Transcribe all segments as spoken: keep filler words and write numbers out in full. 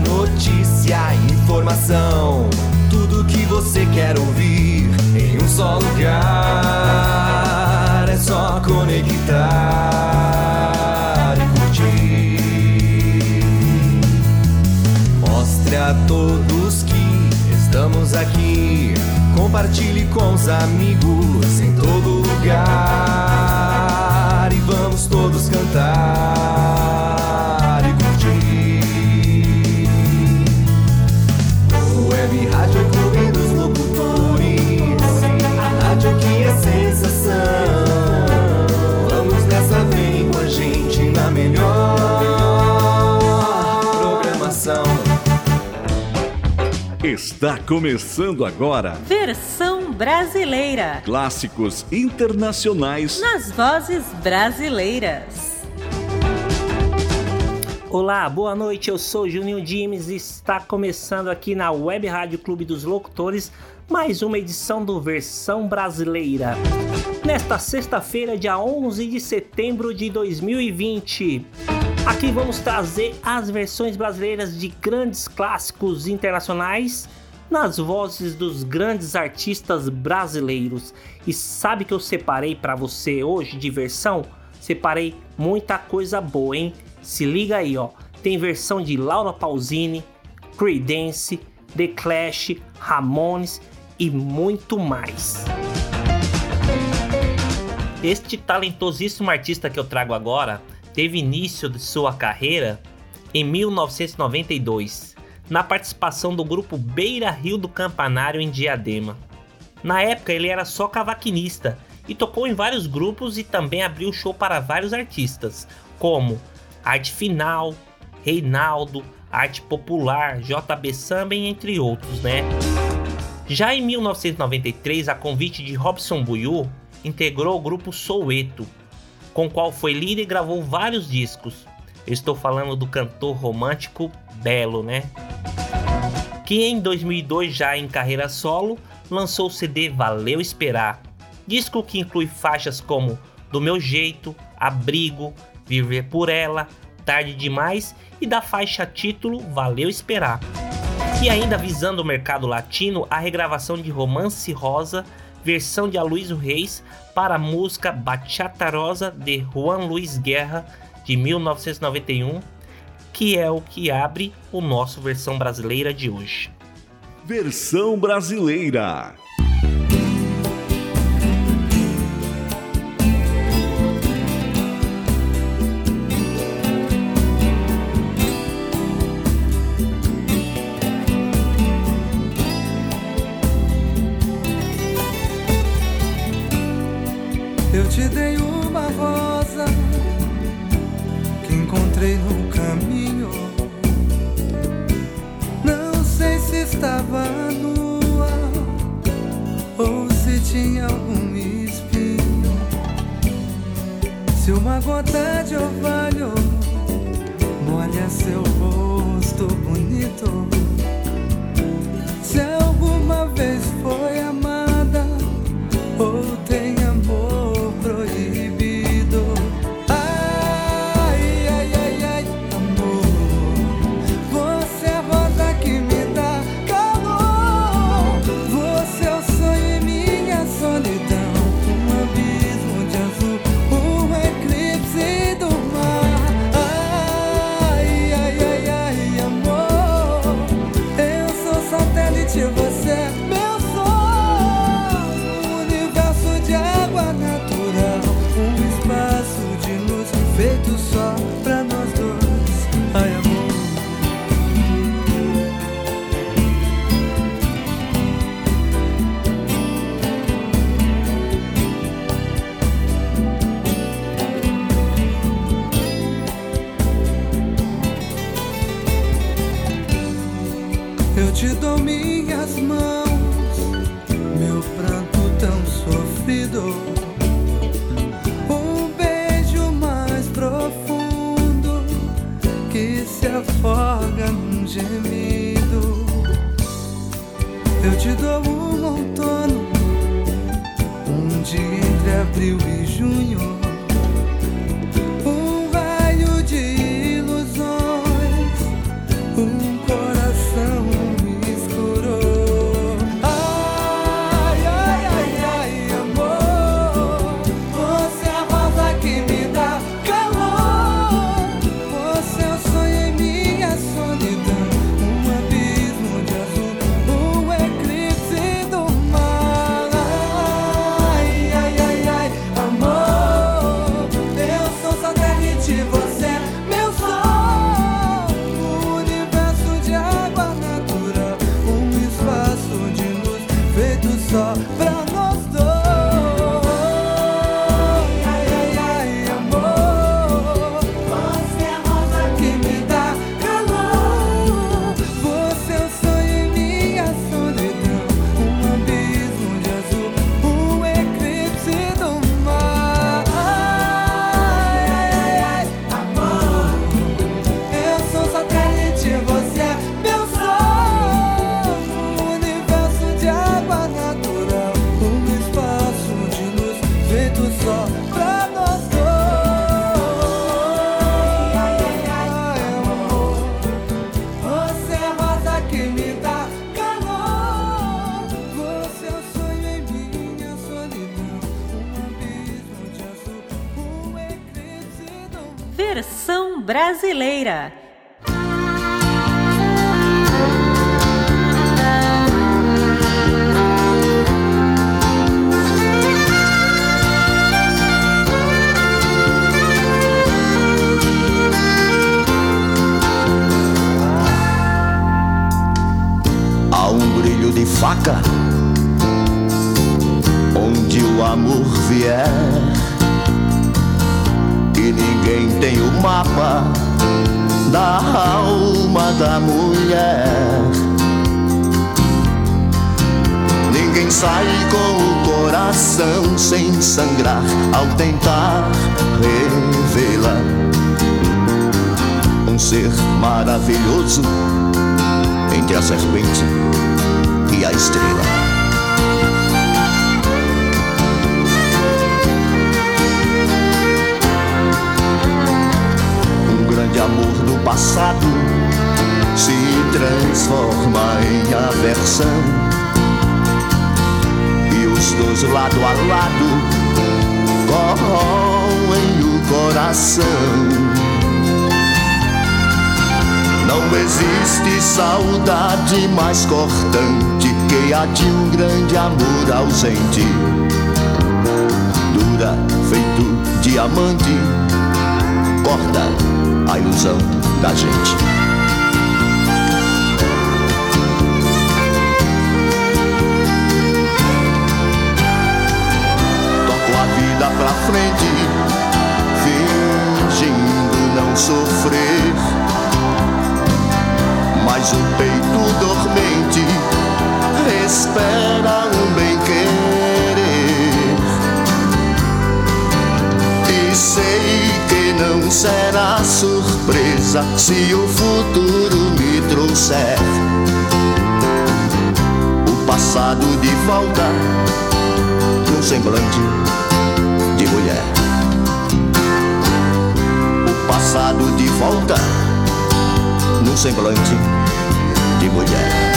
notícia, informação, tudo que você quer ouvir em um só lugar. É só conectar e curtir. Mostre a todos que estamos aqui. Compartilhe com os amigos em todo lugar. E vamos todos cantar e curtir. Web Rádio Clube dos Locutores, a rádio que é sensação. Vamos nessa, vem com a gente na melhor programação. Está começando agora Versão Brasileira. Clássicos internacionais nas vozes brasileiras. Olá, boa noite, eu sou Juninho Dimes e está começando aqui na Web Rádio Clube dos Locutores mais uma edição do Versão Brasileira. Nesta sexta-feira, dia onze de setembro de dois mil e vinte. Aqui vamos trazer as versões brasileiras de grandes clássicos internacionais nas vozes dos grandes artistas brasileiros. E sabe que eu separei para você hoje de versão? Separei muita coisa boa, hein? Se liga aí, ó. Tem versão de Laura Pausini, Creedence, The Clash, Ramones e muito mais. Este talentosíssimo artista que eu trago agora teve início de sua carreira em mil novecentos e noventa e dois, na participação do grupo Beira Rio do Campanário em Diadema. Na época ele era só cavaquinista e tocou em vários grupos e também abriu show para vários artistas, como Arte Final, Reinaldo, Arte Popular, J B Samba, entre outros, né? Já em mil novecentos e noventa e três, a convite de Robson Buiú, integrou o grupo Soweto, com o qual foi líder e gravou vários discos. Eu estou falando do cantor romântico Belo, né? Que em dois mil e dois, já em carreira solo, lançou o C D Valeu Esperar, disco que inclui faixas como Do Meu Jeito, Abrigo, Viver por Ela, Tarde Demais e da faixa título Valeu Esperar. E ainda visando o mercado latino, a regravação de Romance Rosa, versão de Aloysio Reis, para a música Bachata Rosa de Juan Luis Guerra, de mil novecentos e noventa e um, que é o que abre o nosso Versão Brasileira de hoje. Versão Brasileira. Eu te dei uma rosa que encontrei no caminho. Não sei se estava nua ou se tinha algum espinho. Se uma gota de orvalho molha seu rosto bonito. Se alguma vez foi amada ou tem amor proibido. Ai, ai, ai, ai, amor, você é a rosa que me dá calor. Você é o sonho e minha solidão, um abismo de azul, um eclipse do mar. Ai, ai, ai, ai, amor, eu sou satélite, você é meu feito só pra nós dois. Ai, amor. Eu te dou minhas mãos, meu pranto tão sofrido. Se afoga num gemido. Eu te dou um outono, um dia entre abril e junho, um raio de ilusões, um coração Brasileira. Há um brilho de faca onde o amor vier, e ninguém tem o mapa da alma da mulher. Ninguém sai com o coração sem sangrar ao tentar revê-la. Um ser maravilhoso entre a serpente e a estrela. De amor do passado se transforma em aversão, e os dois lado a lado corroem o coração. Não existe saudade mais cortante que a de um grande amor ausente. Dura feito diamante, corta a ilusão da gente. Toco a vida pra frente, fingindo não sofrer, mas o peito dormente espera um bem-querer. E sei que não será surpresa se o futuro me trouxer o passado de volta num semblante de mulher. O passado de volta num semblante de mulher.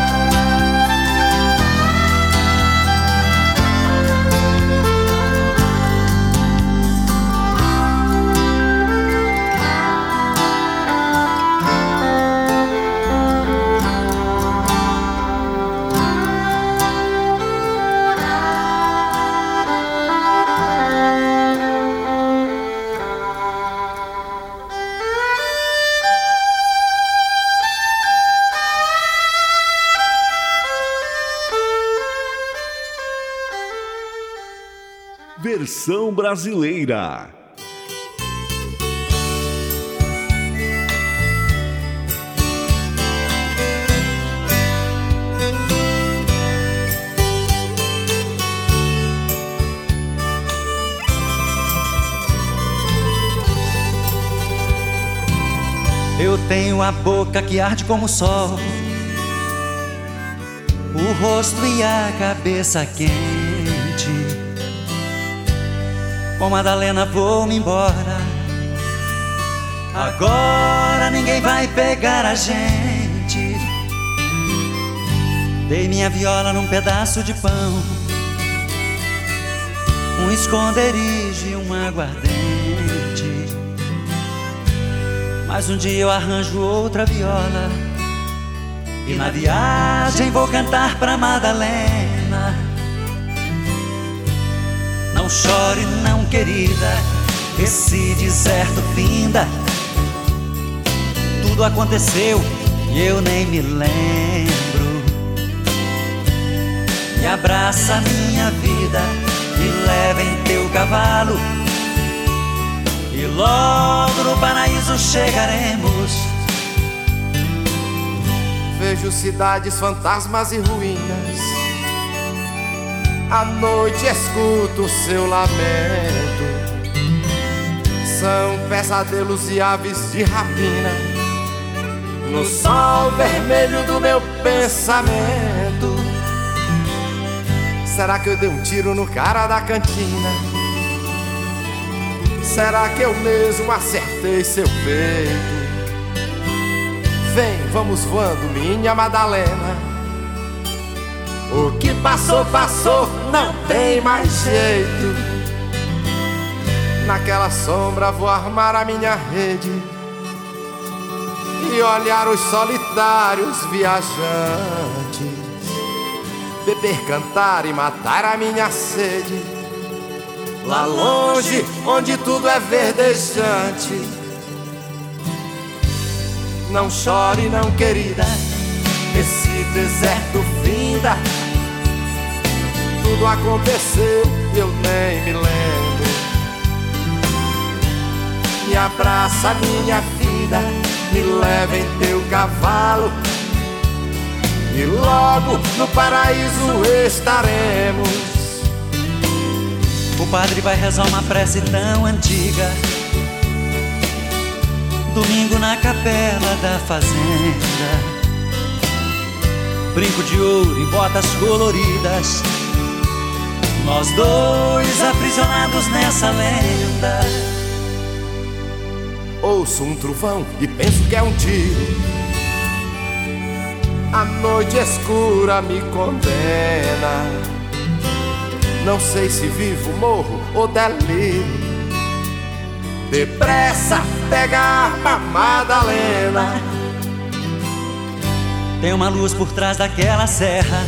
Versão brasileira. Eu tenho a boca que arde como o sol, o rosto e a cabeça quente. Com Madalena vou-me embora, agora ninguém vai pegar a gente. Dei minha viola num pedaço de pão, um esconderijo e um aguardente. Mas um dia eu arranjo outra viola e na viagem vou cantar pra Madalena. Não chore não, querida, esse deserto finda. Tudo aconteceu e eu nem me lembro. Me abraça minha vida, me leva em teu cavalo, e logo no paraíso chegaremos. Vejo cidades, fantasmas e ruínas, à noite escuto o seu lamento. São pesadelos e aves de rapina no sol vermelho do meu pensamento. Será que eu dei um tiro no cara da cantina? Será que eu mesmo acertei seu peito? Vem, vamos voando, minha Madalena. O que passou, passou, não tem mais jeito. Naquela sombra vou armar a minha rede e olhar os solitários viajantes, beber, cantar e matar a minha sede, lá longe onde tudo é verdejante. Não chore não, querida, esse deserto finda. Tudo aconteceu e eu nem me lembro. Me abraça minha vida, me leva em teu cavalo, e logo no paraíso estaremos. O padre vai rezar uma prece tão antiga, domingo na capela da fazenda. Brinco de ouro e botas coloridas, nós dois aprisionados nessa lenda. Ouço um trovão e penso que é um tiro, a noite escura me condena. Não sei se vivo, morro ou delírio. Depressa, pega a arma, Madalena. Tem uma luz por trás daquela serra,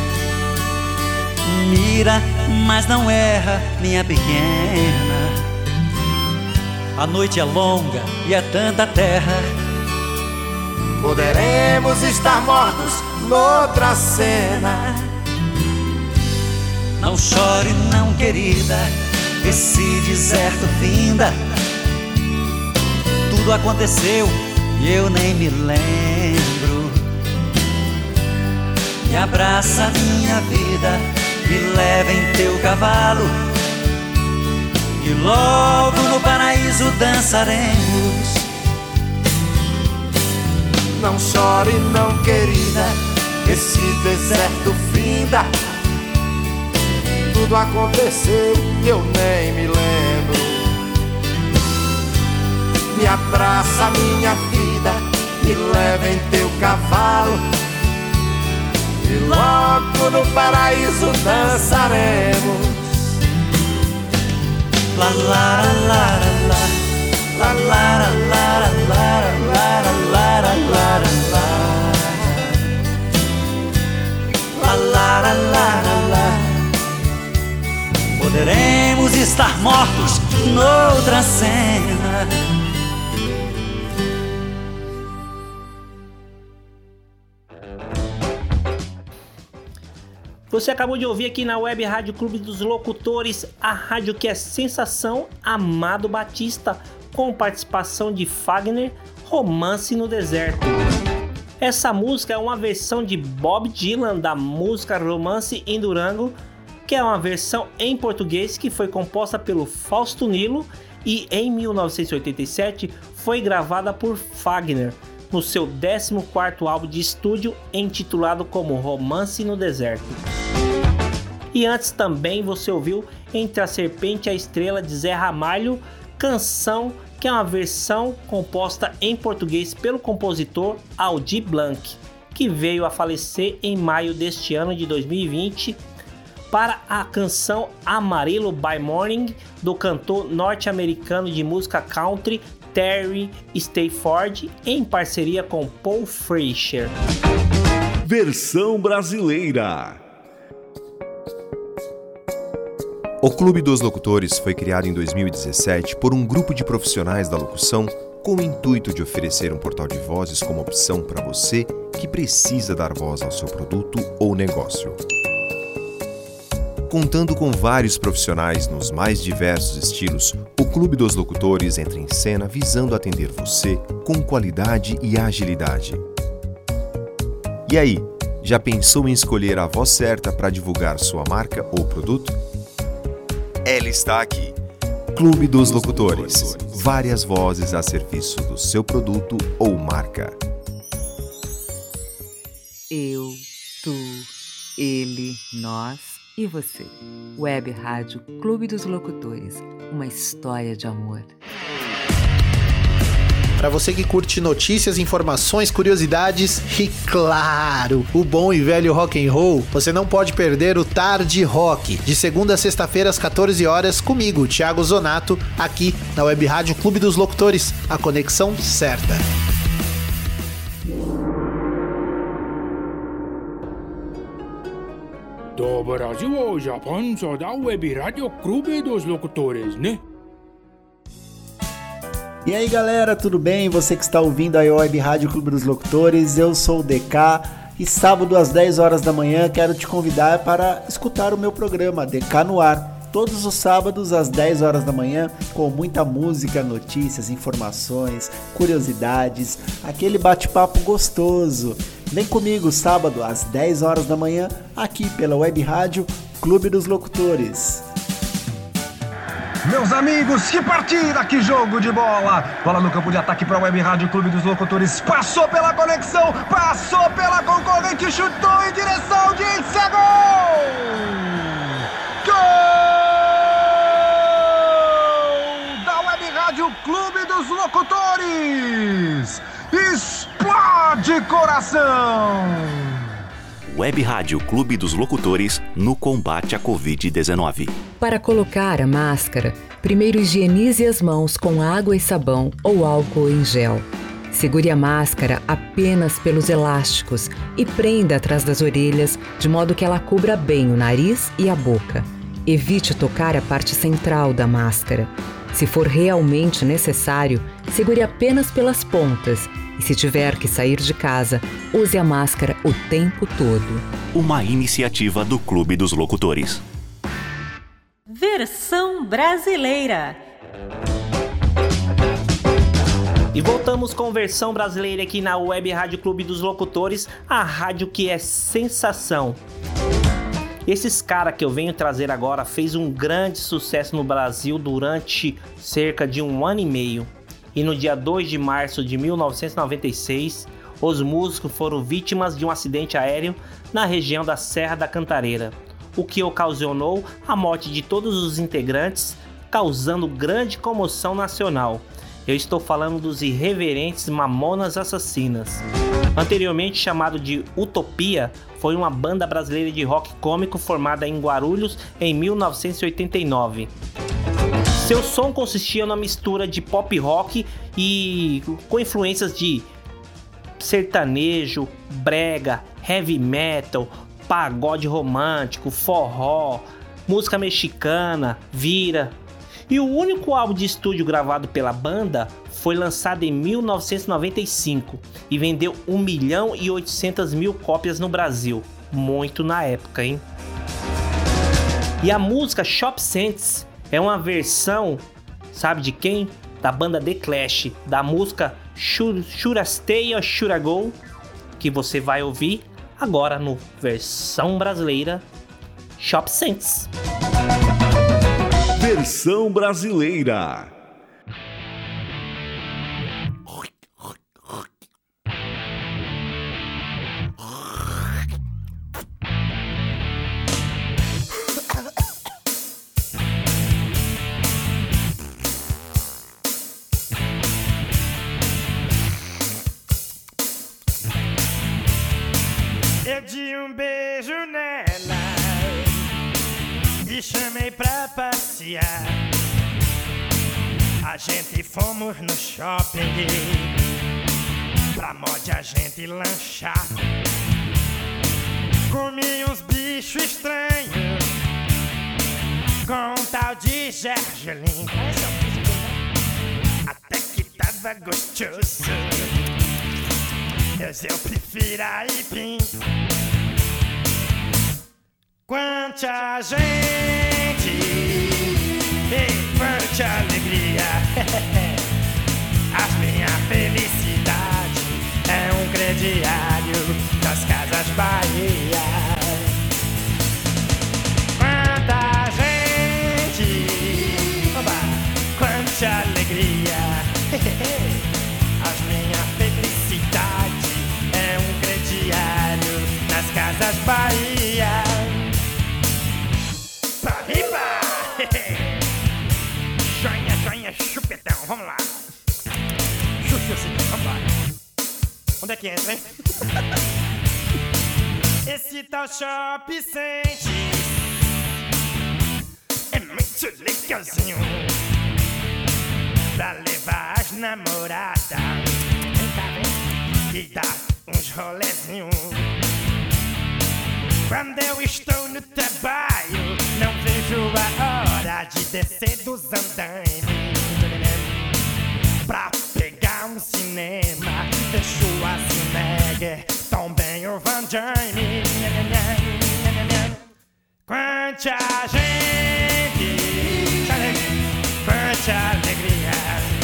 mira, mas não erra, minha pequena. A noite é longa e é tanta terra, poderemos estar mortos noutra cena. Não chore não, querida, esse deserto finda. Tudo aconteceu e eu nem me lembro. Me abraça minha vida, me leva em teu cavalo, e logo no paraíso dançaremos. Não chore não, querida, esse deserto finda. Tudo aconteceu e eu nem me lembro. Me abraça minha vida, me leva em teu cavalo, e logo no paraíso dançaremos. La la la la la, la la la la la la la la la la, la la la la la. Poderemos estar mortos noutra cena. Você acabou de ouvir aqui na Web Rádio Clube dos Locutores, a rádio que é sensação, Amado Batista, com participação de Fagner, Romance no Deserto. Essa música é uma versão de Bob Dylan da música Romance em Durango, que é uma versão em português que foi composta pelo Fausto Nilo e em mil novecentos e oitenta e sete foi gravada por Fagner no seu décimo quarto álbum de estúdio, intitulado como Romance no Deserto. E antes também você ouviu Entre a Serpente e a Estrela de Zé Ramalho, canção que é uma versão composta em português pelo compositor Aldir Blanc, que veio a falecer em maio deste ano de dois mil e vinte, para a canção Amarelo by Morning, do cantor norte-americano de música country Terry Stafford, em parceria com Paul Frazier. Versão brasileira. O Clube dos Locutores foi criado em dois mil e dezessete por um grupo de profissionais da locução com o intuito de oferecer um portal de vozes como opção para você que precisa dar voz ao seu produto ou negócio. Contando com vários profissionais nos mais diversos estilos, o Clube dos Locutores entra em cena visando atender você com qualidade e agilidade. E aí, já pensou em escolher a voz certa para divulgar sua marca ou produto? Ela está aqui. Clube dos Locutores. Várias vozes a serviço do seu produto ou marca. Eu, tu, ele, nós e você. Web Rádio Clube dos Locutores. Uma história de amor. Para você que curte notícias, informações, curiosidades e, claro, o bom e velho rock and roll, você não pode perder o Tarde Rock, de segunda a sexta-feira às quatorze horas, comigo, Thiago Zonato, aqui na Web Rádio Clube dos Locutores, a conexão certa. Do Brasil ao Japão só dá o Web Rádio Clube dos Locutores, né? E aí galera, tudo bem? Você que está ouvindo a Web Rádio Clube dos Locutores, eu sou o D K e sábado às dez horas da manhã quero te convidar para escutar o meu programa D K no Ar. Todos os sábados às dez horas da manhã, com muita música, notícias, informações, curiosidades, aquele bate-papo gostoso. Vem comigo sábado às dez horas da manhã, aqui pela Web Rádio Clube dos Locutores. Meus amigos, que partida, que jogo de bola! Bola no campo de ataque para a Web Rádio Clube dos Locutores. Passou pela conexão, passou pela concorrente, chutou em direção de gol! Gol! Rádio Clube dos Locutores! Explode coração! Web Rádio Clube dos Locutores no combate à covid dezenove. Para colocar a máscara, primeiro higienize as mãos com água e sabão ou álcool em gel. Segure a máscara apenas pelos elásticos e prenda atrás das orelhas, de modo que ela cubra bem o nariz e a boca. Evite tocar a parte central da máscara. Se for realmente necessário, segure apenas pelas pontas e, se tiver que sair de casa, use a máscara o tempo todo. Uma iniciativa do Clube dos Locutores. Versão brasileira. E voltamos com versão brasileira aqui na Web Rádio Clube dos Locutores, a rádio que é sensação. Esses caras que eu venho trazer agora fez um grande sucesso no Brasil durante cerca de um ano e meio. E no dia dois de março de mil novecentos e noventa e seis, os músicos foram vítimas de um acidente aéreo na região da Serra da Cantareira, o que ocasionou a morte de todos os integrantes, causando grande comoção nacional. Eu estou falando dos irreverentes Mamonas Assassinas. Anteriormente chamado de Utopia, foi uma banda brasileira de rock cômico formada em Guarulhos em mil novecentos e oitenta e nove. Seu som consistia na mistura de pop rock e com influências de sertanejo, brega, heavy metal, pagode romântico, forró, música mexicana, vira. E o único álbum de estúdio gravado pela banda foi lançado em mil novecentos e noventa e cinco e vendeu um milhão e oitocentas mil cópias no Brasil. Muito na época, hein? E a música Shop Sense é uma versão, sabe de quem? Da banda The Clash, da música Should I Stay or Should I Go? Que você vai ouvir agora no versão brasileira Shop Sense. Versão brasileira. Eu dei um beijo nela e chamei pra passear. A gente fomos no shopping pra mod a gente lanchar. Comi uns bichos estranhos com um tal de gergelim. Até que tava gostoso. Mas eu prefiro aipim. Quanta gente e quanta alegria. A minha felicidade é um crediário das Casas Bahia. Quanta gente, oba, quanta alegria. A minha felicidade é um crediário nas Casas Bahia. Pra riba! Joinha, joinha, chupetão, vamos lá. Xuxa, assim, vamos lá. Onde é que entra, hein? Esse tal Shop Sense é muito legalzinho pra levar as namoradas. Vem cá, vem. e dar uns rolezinhos. Quando eu estou no trabalho, não vejo a hora de descer dos andaimes pra pegar um cinema. Deixo a Schwarzenegger, também o Van Damme. Quanta gente, quanta alegria.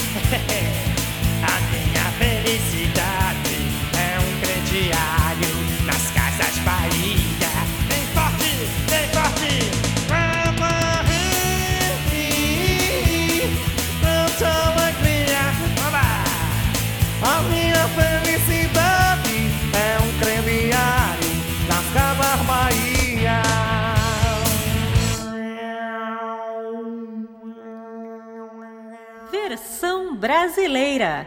A minha felicidade é um crediário nas casas Bahia. Vem forte, vem forte. Quanta alegria. A minha felicidade é um crediário nas casas Bahia. Versão brasileira.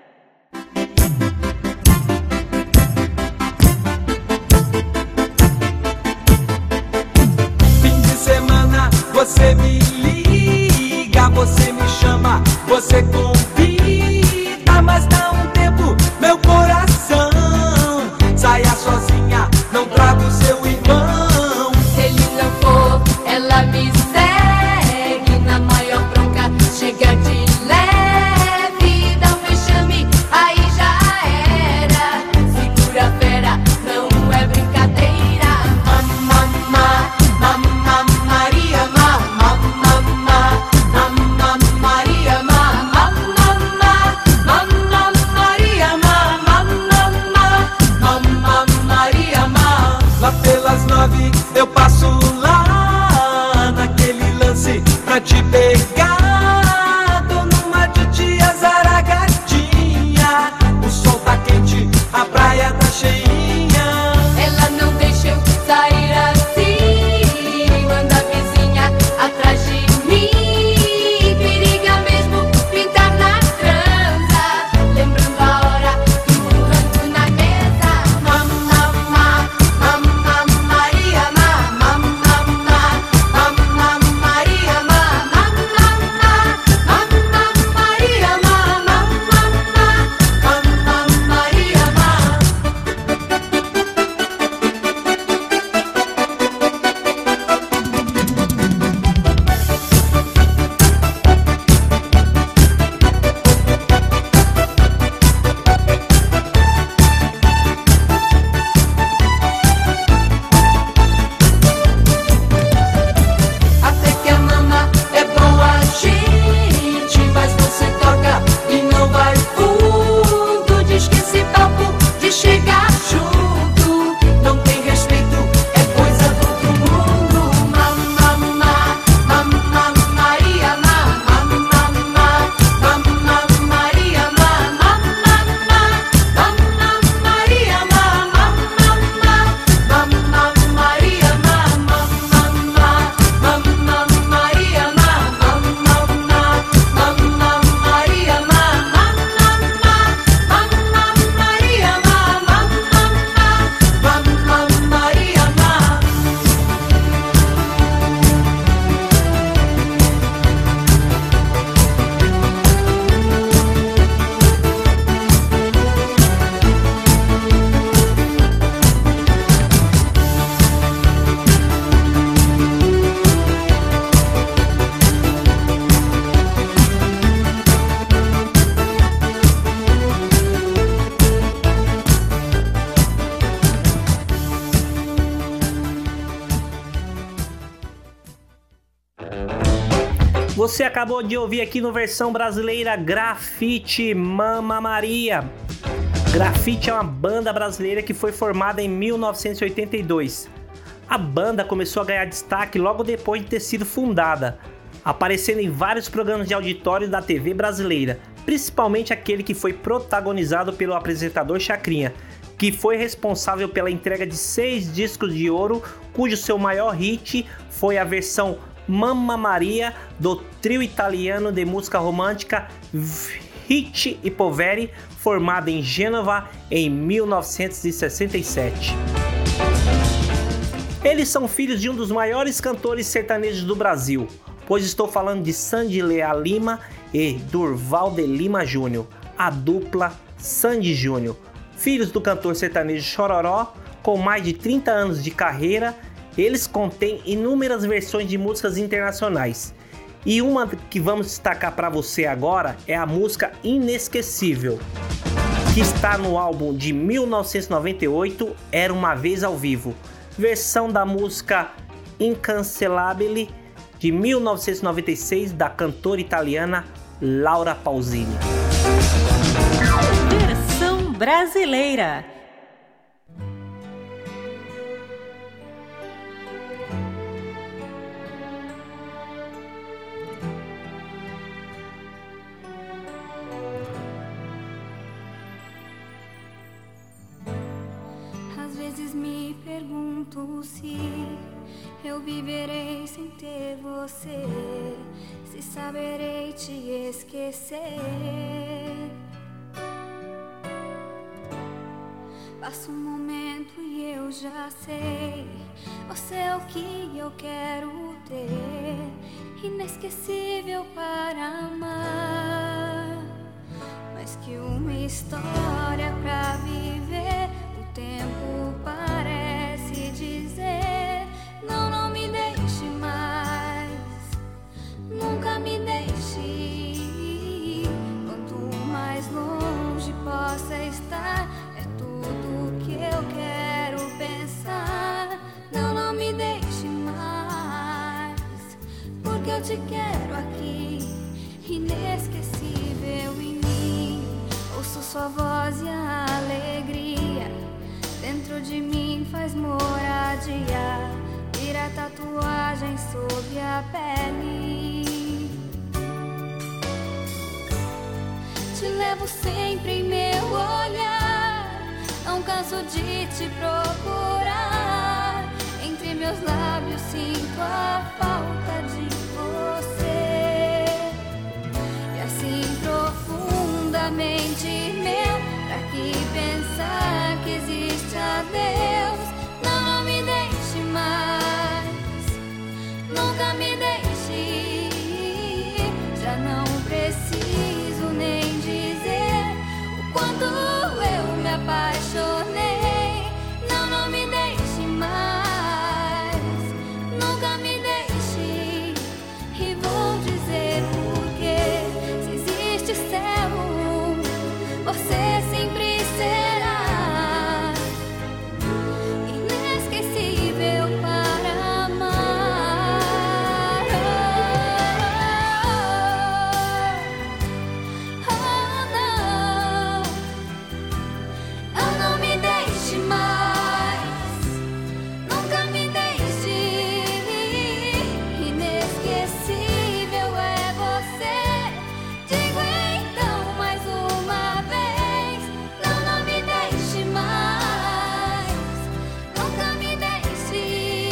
Fim de semana, você me liga, você me chama, você convida, mas dá um tempo, meu coração. Saia sozinha, não trago seu irmão. Se ele não for, ela me segue na maior bronca. Chega de leve, dá um vexame, aí já era. Segura a fera, não é brincadeira. Mamma, mamma, Maria, mamma, mamma, mamma, Maria, mamma, mamma, mamma, Maria, mamma, mamma, mamma, Maria, mamma. Lá pelas nove eu passo lá naquele lance pra te pegar. Tô numa de tia Zaragadinha. O sol tá quente, a praia tá cheinha. Ela não deixa eu sair assim. Manda a vizinha atrás de mim. Periga mesmo pintar na trança. Lembrando a hora do rango na mesa. Mamma, mamma, Maria, mamma, mamma, mamma, Maria, mamma, mamma, mamma, Maria, mamma, mamma, mamma, Maria, mamma. Até que a mama é boa gente, mas você toca e não vai fundo. Diz que esse papo de chegar junto não tem respeito, é coisa do outro mundo. Mamma, mamma, Maria, mamma, mamma, mamma, Maria, mamma, mamma, mamma, Maria, mamma, mamma, mamma, Maria, mamma, mamma, mamma, Maria, mamma, mamma, mamma, Maria, mamma, mamma, Maria, mamma, mamma, Maria, mamma. Você acabou de ouvir aqui no versão brasileira Grafite, Mamma Maria. Grafite é uma banda brasileira que foi formada em mil novecentos e oitenta e dois. A banda começou a ganhar destaque logo depois de ter sido fundada, aparecendo em vários programas de auditório da T V brasileira, principalmente aquele que foi protagonizado pelo apresentador Chacrinha, que foi responsável pela entrega de seis discos de ouro, cujo seu maior hit foi a versão Mamma Maria do trio italiano de música romântica Ricci e Poveri, formado em Gênova em mil novecentos e sessenta e sete. Eles são filhos de um dos maiores cantores sertanejos do Brasil, pois estou falando de Sandy Leal Lima e Durval de Lima Júnior, a dupla Sandy Júnior, Filhos do cantor sertanejo Chororó, com mais de trinta anos de carreira, eles contêm inúmeras versões de músicas internacionais. E uma que vamos destacar para você agora é a música Inesquecível, que está no álbum de mil novecentos e noventa e oito, Era Uma Vez ao Vivo, versão da música Incancelabile de mil novecentos e noventa e seis da cantora italiana Laura Pausini. Versão brasileira. Às vezes me pergunto se eu viverei sem ter você, se saberei te esquecer. Passa um momento e eu já sei, você é o que eu quero ter, inesquecível para amar, mais que uma história pra viver. O tempo parece dizer: não, não me deixe mais, nunca me deixe. Quanto mais longe possa estar, é tudo que eu quero pensar. Não, não me deixe mais, porque eu te quero aqui, inesquecível em mim. Ouço sua voz e a alegria dentro de mim faz moradia, vira tatuagem sob a pele. Te levo sempre em meu olhar, não canso de te procurar. Entre meus lábios sinto a falta de você, e assim profundamente meu, pra que pensar que existe a Deus. Não, não me deixe mais, nunca me deixe. Já não preciso nem dizer o quanto eu me apaixonei. Não, não me deixe mais, nunca me deixe. E vou dizer porque, se existe céu, você sempre será inesquecível para amar. Oh, oh, não, não, não me deixe mais, nunca me deixe. Inesquecível é você. Digo então mais uma vez: não, não me deixe mais, nunca me deixe.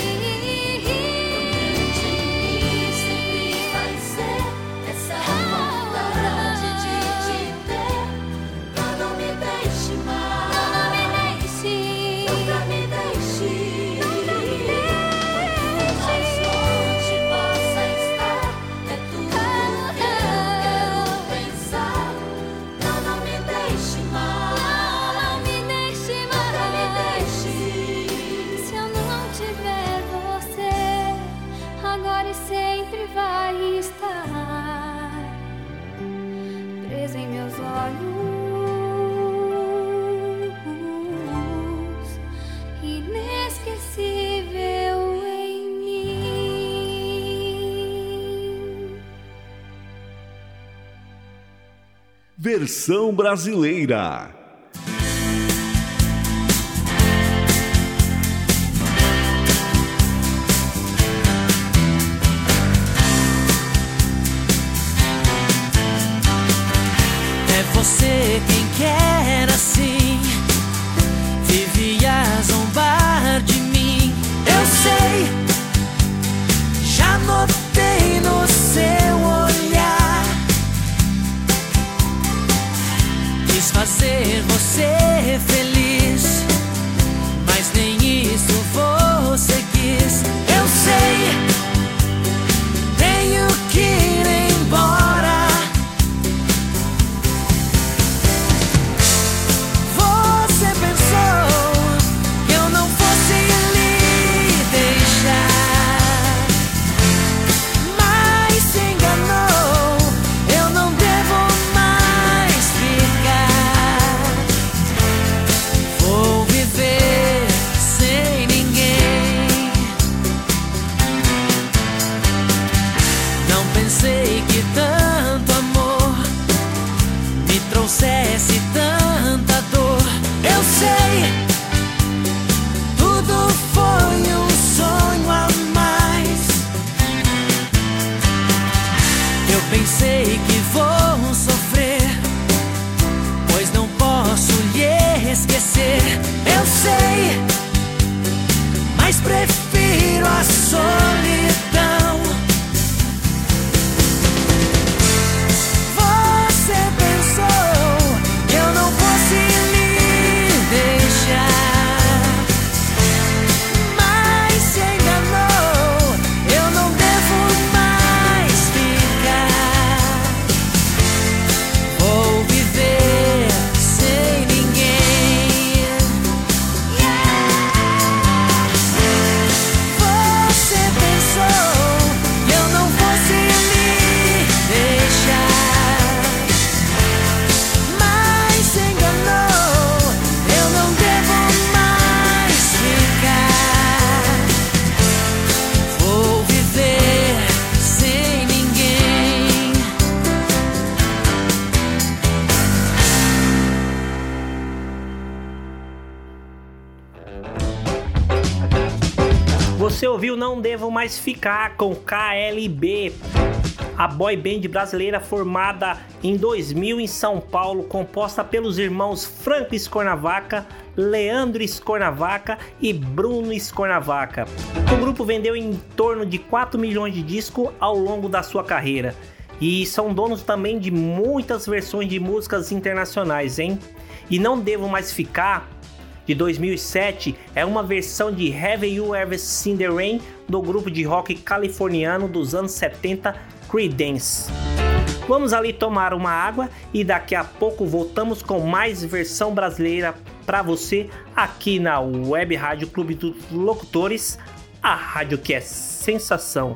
Sempre vai ser essa vontade de te ter. Não, não me deixe mais, não, não me deixe, nunca me deixe. Quanto mais longe possa estar, é tudo que eu quero pensar. Não, não me deixe mais, não, não me deixe mais, nunca me deixe. Se eu não tiver você, agora e sempre vai estar preso em meus olhos, inesquecível em mim. Versão brasileira. É você quem quer assim, vivia a zombar de mim. Eu sei, já notei no seu olhar, quis fazer você feliz, mas nem isso você quis. Eu sei, tenho que ir embora. Você Você ouviu Não Devo Mais Ficar com K L B, a boy band brasileira formada em dois mil em São Paulo, composta pelos irmãos Franco Scornavaca, Leandro Scornavaca e Bruno Scornavaca. O grupo vendeu em torno de quatro milhões de discos ao longo da sua carreira e são donos também de muitas versões de músicas internacionais, hein? E Não Devo Mais Ficar, de dois mil e sete, é uma versão de Have You Ever Seen the Rain do grupo de rock californiano dos anos setenta, Creedence. Vamos ali tomar uma água e daqui a pouco voltamos com mais versão brasileira para você aqui na Web Rádio Clube dos Locutores, a rádio que é sensação.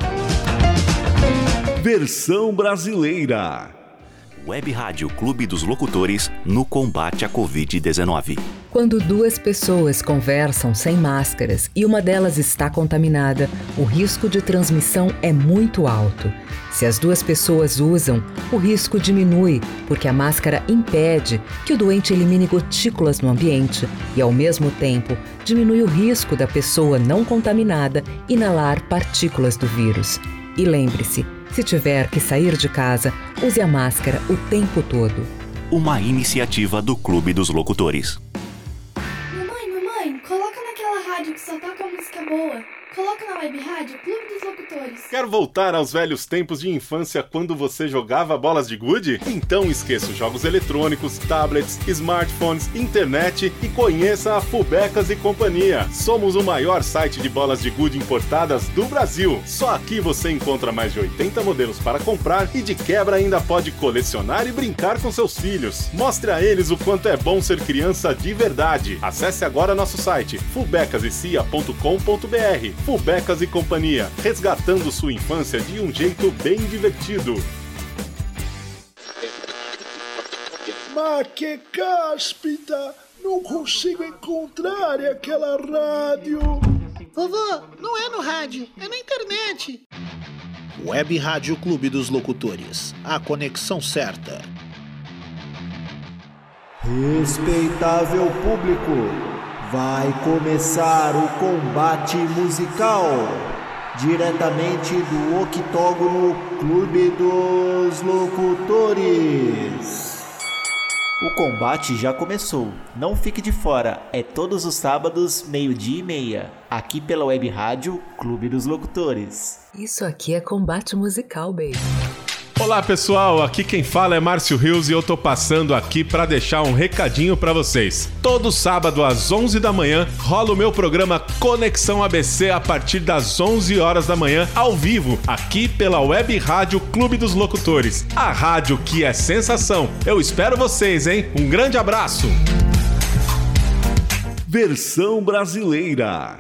Versão brasileira. Web Rádio Clube dos Locutores no combate à covid dezenove. Quando duas pessoas conversam sem máscaras e uma delas está contaminada, o risco de transmissão é muito alto. Se as duas pessoas usam, o risco diminui, porque a máscara impede que o doente elimine gotículas no ambiente e, ao mesmo tempo, diminui o risco da pessoa não contaminada inalar partículas do vírus. E lembre-se, se tiver que sair de casa, use a máscara o tempo todo. Uma iniciativa do Clube dos Locutores. Mamãe, mamãe, coloca naquela rádio que só toca música boa. Coloca na Web Rádio Clube dos Locutores. Quer voltar aos velhos tempos de infância quando você jogava bolas de gude? Então esqueça os jogos eletrônicos, tablets, smartphones, internet e conheça a Fubecas e Companhia. Somos o maior site de bolas de gude importadas do Brasil. Só aqui você encontra mais de oitenta modelos para comprar e de quebra ainda pode colecionar e brincar com seus filhos. Mostre a eles o quanto é bom ser criança de verdade. Acesse agora nosso site fubecas e cia ponto com ponto b r. Fubecas e Companhia, resgatando sua infância de um jeito bem divertido. Mas que cáspita! Não consigo encontrar aquela rádio. Vovô, não é no rádio, é na internet. Web Rádio Clube dos Locutores, a conexão certa. Respeitável público, vai começar o combate musical, diretamente do octógono Clube dos Locutores. O combate já começou, não fique de fora, é todos os sábados, meio-dia e meia, aqui pela Web Rádio Clube dos Locutores. Isso aqui é combate musical, baby. Olá pessoal, aqui quem fala é Márcio Rios e eu tô passando aqui para deixar um recadinho para vocês. Todo sábado às onze da manhã rola o meu programa Conexão A B C a partir das onze horas da manhã, ao vivo, aqui pela Web Rádio Clube dos Locutores. A rádio que é sensação. Eu espero vocês, hein? Um grande abraço! Versão brasileira.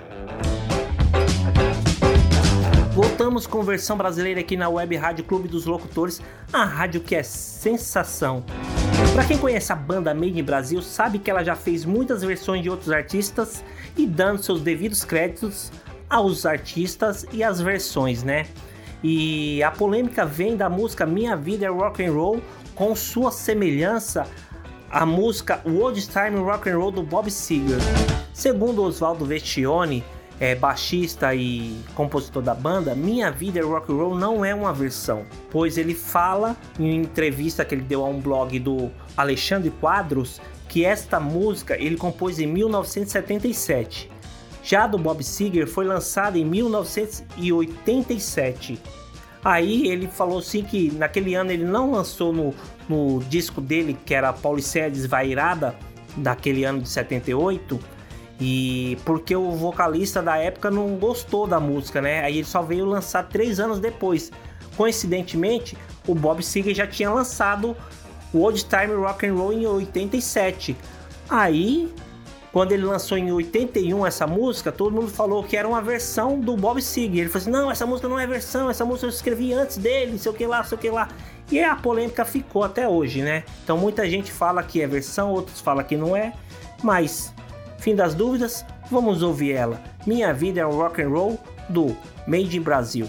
Voltamos com versão brasileira aqui na Web Rádio Clube dos Locutores, a rádio que é sensação. Pra quem conhece a banda Made in Brasil, sabe que ela já fez muitas versões de outros artistas e dando seus devidos créditos aos artistas e às versões, né? E a polêmica vem da música Minha Vida é Rock and Roll, com sua semelhança à música Old Time Rock and Roll do Bob Seger. Segundo Oswaldo Vestione, É, baixista e compositor da banda, Minha Vida é Rock and Roll não é uma versão, pois ele fala em entrevista que ele deu a um blog do Alexandre Quadros que esta música ele compôs em mil novecentos e setenta e sete. Já do Bob Seger foi lançada em mil novecentos e oitenta e sete. Aí ele falou assim que naquele ano ele não lançou no, no disco dele, que era Paulicéia Desvairada, daquele ano de setenta e oito, e porque o vocalista da época não gostou da música, né? Aí ele só veio lançar três anos depois. Coincidentemente, o Bob Seger já tinha lançado o Old Time Rock and Roll em oitenta e sete. Aí, quando ele lançou em oitenta e um essa música, todo mundo falou que era uma versão do Bob Seger. Ele falou assim, não, essa música não é versão, essa música eu escrevi antes dele, sei o que lá, sei o que lá. E a polêmica ficou até hoje, né? Então muita gente fala que é versão, outros falam que não é, mas... Fim das dúvidas, vamos ouvir ela. Minha Vida é um Rock and Roll, do Made in Brasil.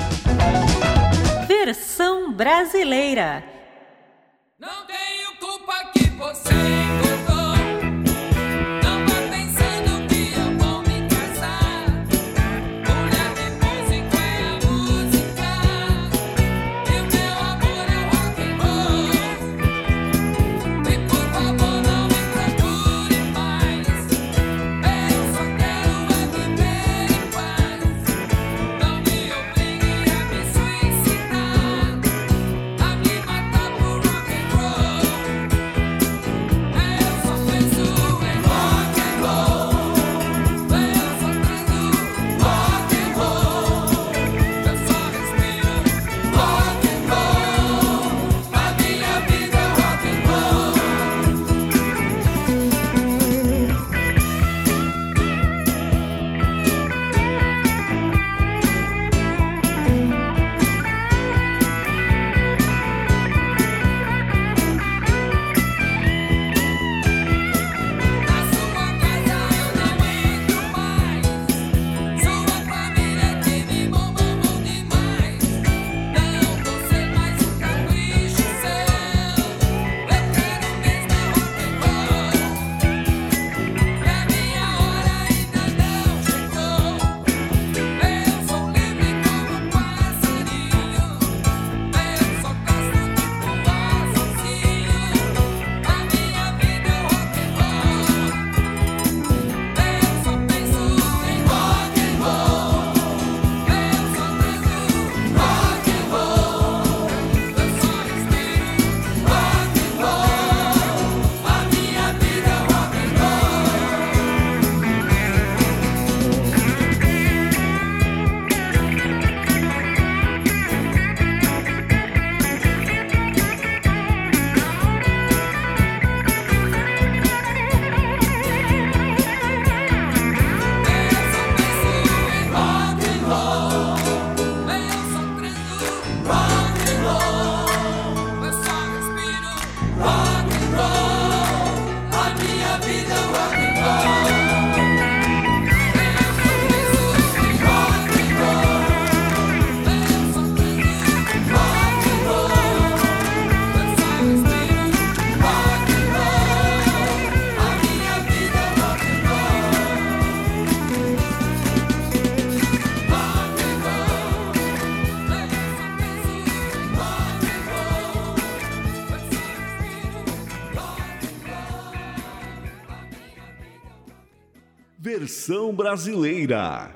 Versão brasileira. Não tenho culpa que você engordou. Não vá pensando que eu vou me casar. Versão brasileira.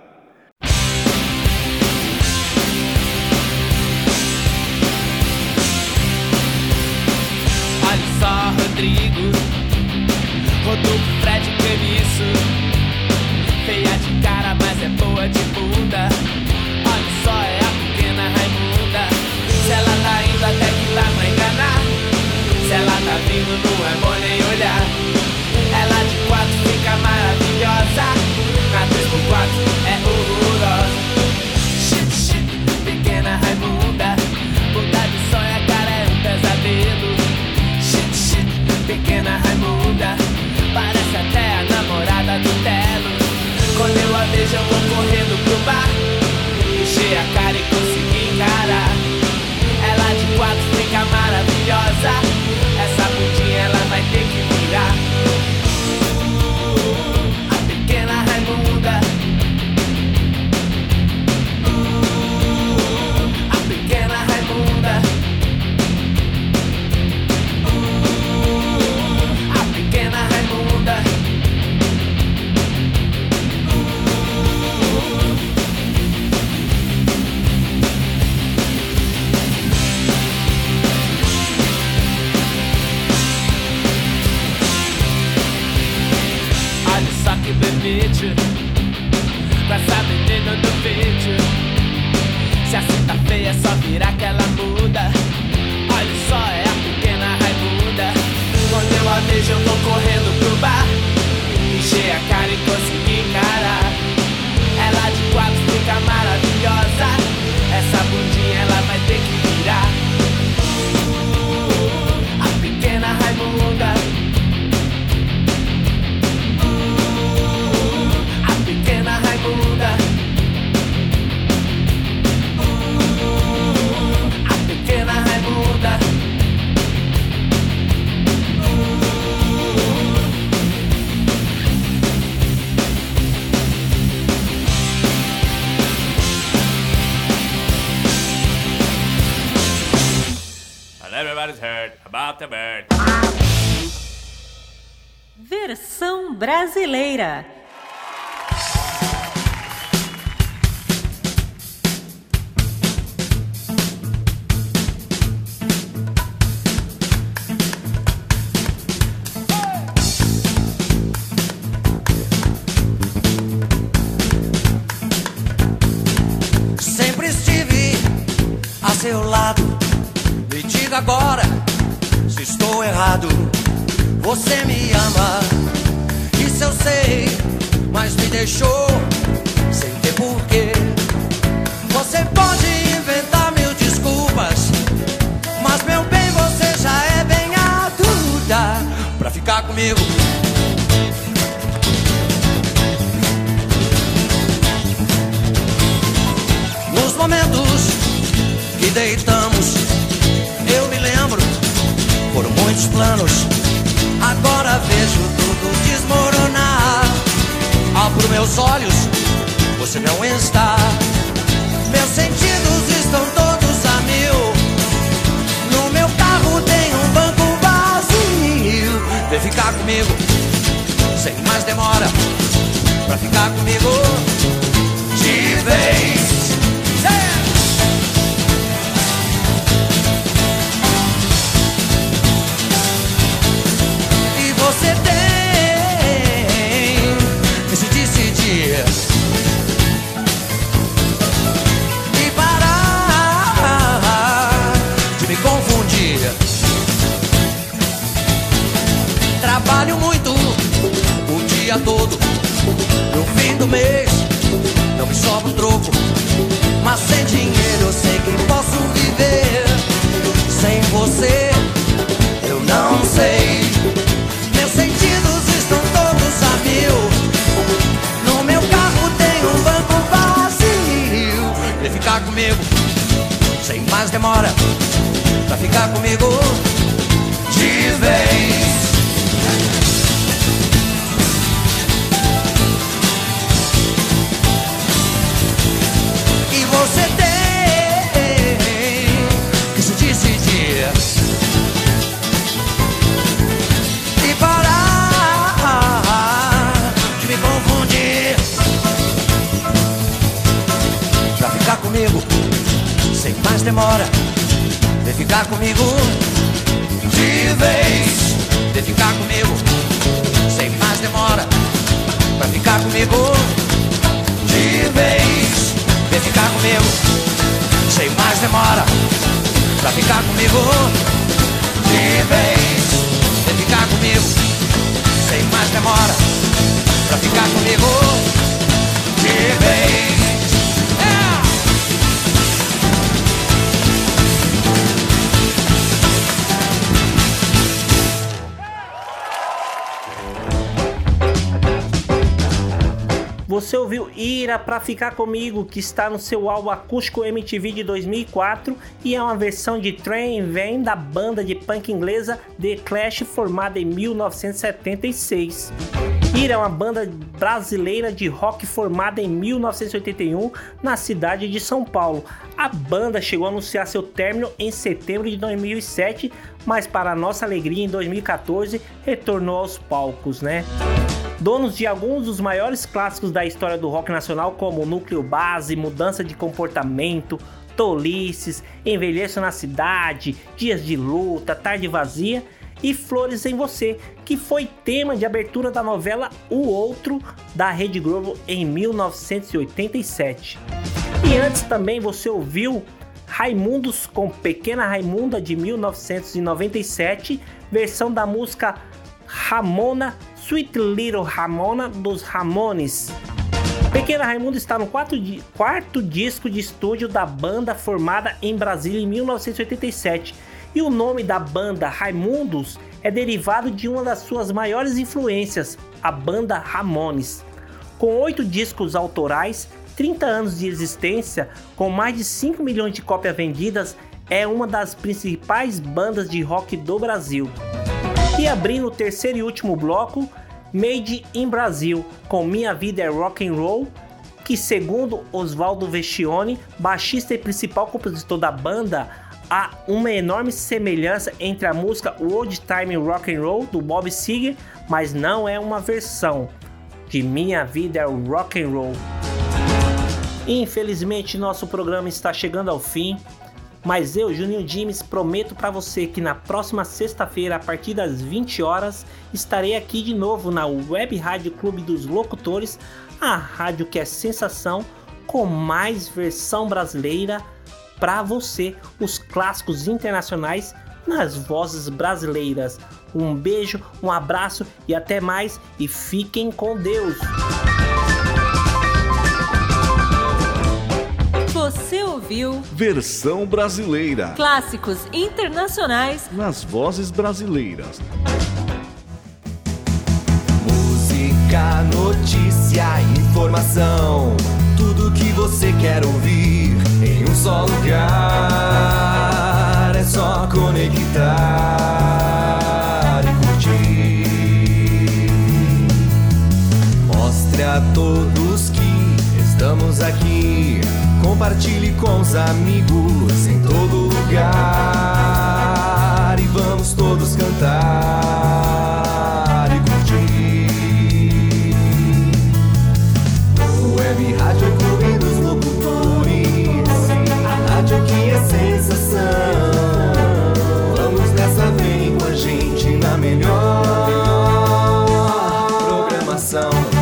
Olha só, Rodrigo, Rodolfo, Fred, Caniço. Feia de cara, mas é boa de bunda. Olha só, é a pequena Raimunda. Se ela tá indo até que lá pra enganar. Se ela tá vindo, não é bom nem olhar. Ela de quatro fica maravilhosa. Na três por quatro é horrorosa. Shit, shit, pequena Raimunda. Bunda de sonha, cara, é um pesadelo. Shit, shit, pequena Raimunda. Parece até a namorada do Telo. Quando eu a vejo eu vou correndo pro bar. Encher a cara e consegui encarar. Ela de quatro fica maravilhosa. Essa bundinha ela vai ter que virar. Uh, a pequena Raimunda. Uh, a pequena Raimunda. Uh, a pequena Raimunda. Que bebete com essa menina do vídeo. Se assim tá feia, é só virar que ela muda. Olha só, é a pequena Raimunda. Quando eu a vejo, eu vou correndo pro bar. Encher a cara e consegui encarar. Ela de quatro fica maravilhosa. Essa bundinha ela vai ter que virar. Uh, a pequena Raimunda. Pequena Raimunda. Uh, a pequena Raimunda. And everybody's heard about the bird. Versão brasileira. A seu lado, me diga agora se estou errado. Você me ama, isso eu sei, mas me deixou sem ter porquê. Você pode inventar mil desculpas, mas meu bem, você já é bem adulta pra ficar comigo. Nos momentos que deitamos, eu me lembro, foram muitos planos. Agora vejo tudo desmoronar. Abro meus olhos, você não está. Meus sentidos estão todos a mil. No meu carro tem um banco vazio. Vem ficar comigo, sem mais demora, pra ficar comigo de vez. Você tem que se decidir e parar de me confundir. Trabalho muito o dia todo, no fim do mês não me sobra um troco. Mas sem dinheiro eu sei que posso viver. Sem você eu não sei. Meus sentidos estão todos a mil. No meu carro tem um banco vazio. Vem ficar comigo, sem mais demora, pra ficar comigo de vez. E você tem que se decidir e parar de me confundir. mais demora, vem ficar comigo de vez. Vem ficar comigo, sem mais demora, pra ficar comigo de vez. Vem ficar comigo, sem mais demora, pra ficar comigo de vez. Vem ficar comigo, sem mais demora, pra ficar comigo de vez. Você ouviu Ira Pra Ficar Comigo, que está no seu álbum acústico M T V de dois mil e quatro e é uma versão de Train Vem da banda de punk inglesa The Clash, formada em mil novecentos e setenta e seis. Ira é uma banda brasileira de rock formada em mil novecentos e oitenta e um na cidade de São Paulo. A banda chegou a anunciar seu término em setembro de dois mil e sete, mas para nossa alegria em dois mil e quatorze retornou aos palcos, né? Donos de alguns dos maiores clássicos da história do rock nacional, como Núcleo Base, Mudança de Comportamento, Tolices, Envelheço na Cidade, Dias de Luta, Tarde Vazia e Flores em Você, que foi tema de abertura da novela O Outro, da Rede Globo em mil novecentos e oitenta e sete. E antes também você ouviu Raimundos com Pequena Raimunda, de mil novecentos e noventa e sete, versão da música Ramona, Sweet Little Ramona, dos Ramones. Pequena Raimunda está no quarto, di- quarto disco de estúdio da banda, formada em Brasília em mil novecentos e oitenta e sete. E o nome da banda Raimundos é derivado de uma das suas maiores influências, a banda Ramones. Com oito discos autorais, trinta anos de existência, com mais de cinco milhões de cópias vendidas, é uma das principais bandas de rock do Brasil. E abrindo o terceiro e último bloco, Made in Brasil, com Minha Vida é Rock and Roll, que segundo Oswaldo Vecchione, baixista e principal compositor da banda, há uma enorme semelhança entre a música Old Time Rock and Roll do Bob Seger, mas não é uma versão de Minha Vida é Rock and Roll. Infelizmente nosso programa está chegando ao fim, mas eu, Juninho Dimes, prometo para você que na próxima sexta-feira, a partir das vinte horas, estarei aqui de novo na Web Rádio Clube dos Locutores, a rádio que é sensação, com mais versão brasileira para você, os clássicos internacionais nas vozes brasileiras. Um beijo, um abraço e até mais, e fiquem com Deus! Você ouviu Versão Brasileira. Clássicos Internacionais nas vozes brasileiras. Música, notícia, informação, tudo que você quer ouvir em um só lugar. É só conectar e curtir. Mostre a todos que estamos aqui. Compartilhe com os amigos em todo lugar e vamos todos cantar e curtir. Web Rádio Clube dos Locutores, a rádio que é sensação. Vamos nessa, vem com a gente na melhor programação.